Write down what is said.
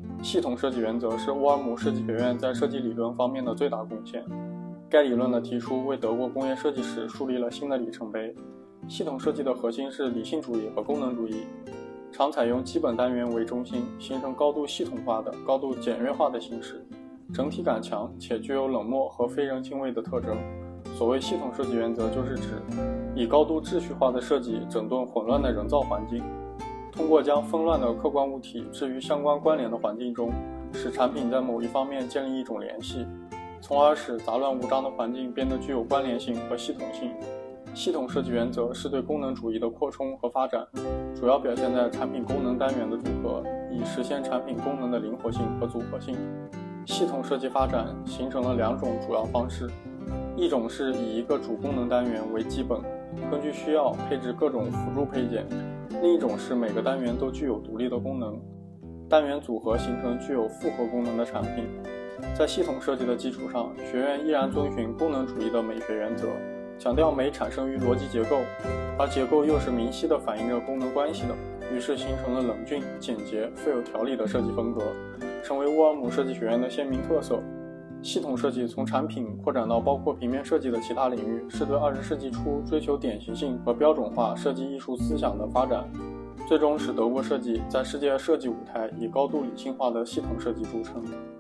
系统设计原则是沃尔姆设计学院在设计理论方面的最大贡献。该理论的提出为德国工业设计史树立了新的里程碑。系统设计的核心是理性主义和功能主义，常采用基本单元为中心，形成高度系统化的、高度简约化的形式，整体感强且具有冷漠和非人性味的特征。所谓系统设计原则，就是指以高度秩序化的设计整顿混乱的人造环境，通过将纷乱的客观物体置于相关关联的环境中，使产品在某一方面建立一种联系，从而使杂乱无章的环境变得具有关联性和系统性。系统设计原则是对功能主义的扩充和发展，主要表现在产品功能单元的组合，以实现产品功能的灵活性和组合性。系统设计发展形成了两种主要方式，一种是以一个主功能单元为基本，根据需要配置各种辅助配件；另一种是每个单元都具有独立的功能，单元组合形成具有复合功能的产品。在系统设计的基础上，学院依然遵循功能主义的美学原则，强调美产生于逻辑结构，而结构又是明晰地反映着功能关系的，于是形成了冷峻、简洁、富有条理的设计风格，成为沃尔姆设计学院的鲜明特色。系统设计从产品扩展到包括平面设计的其他领域，是对20世纪初追求典型性和标准化设计艺术思想的发展，最终使德国设计在世界设计舞台以高度理性化的系统设计著称。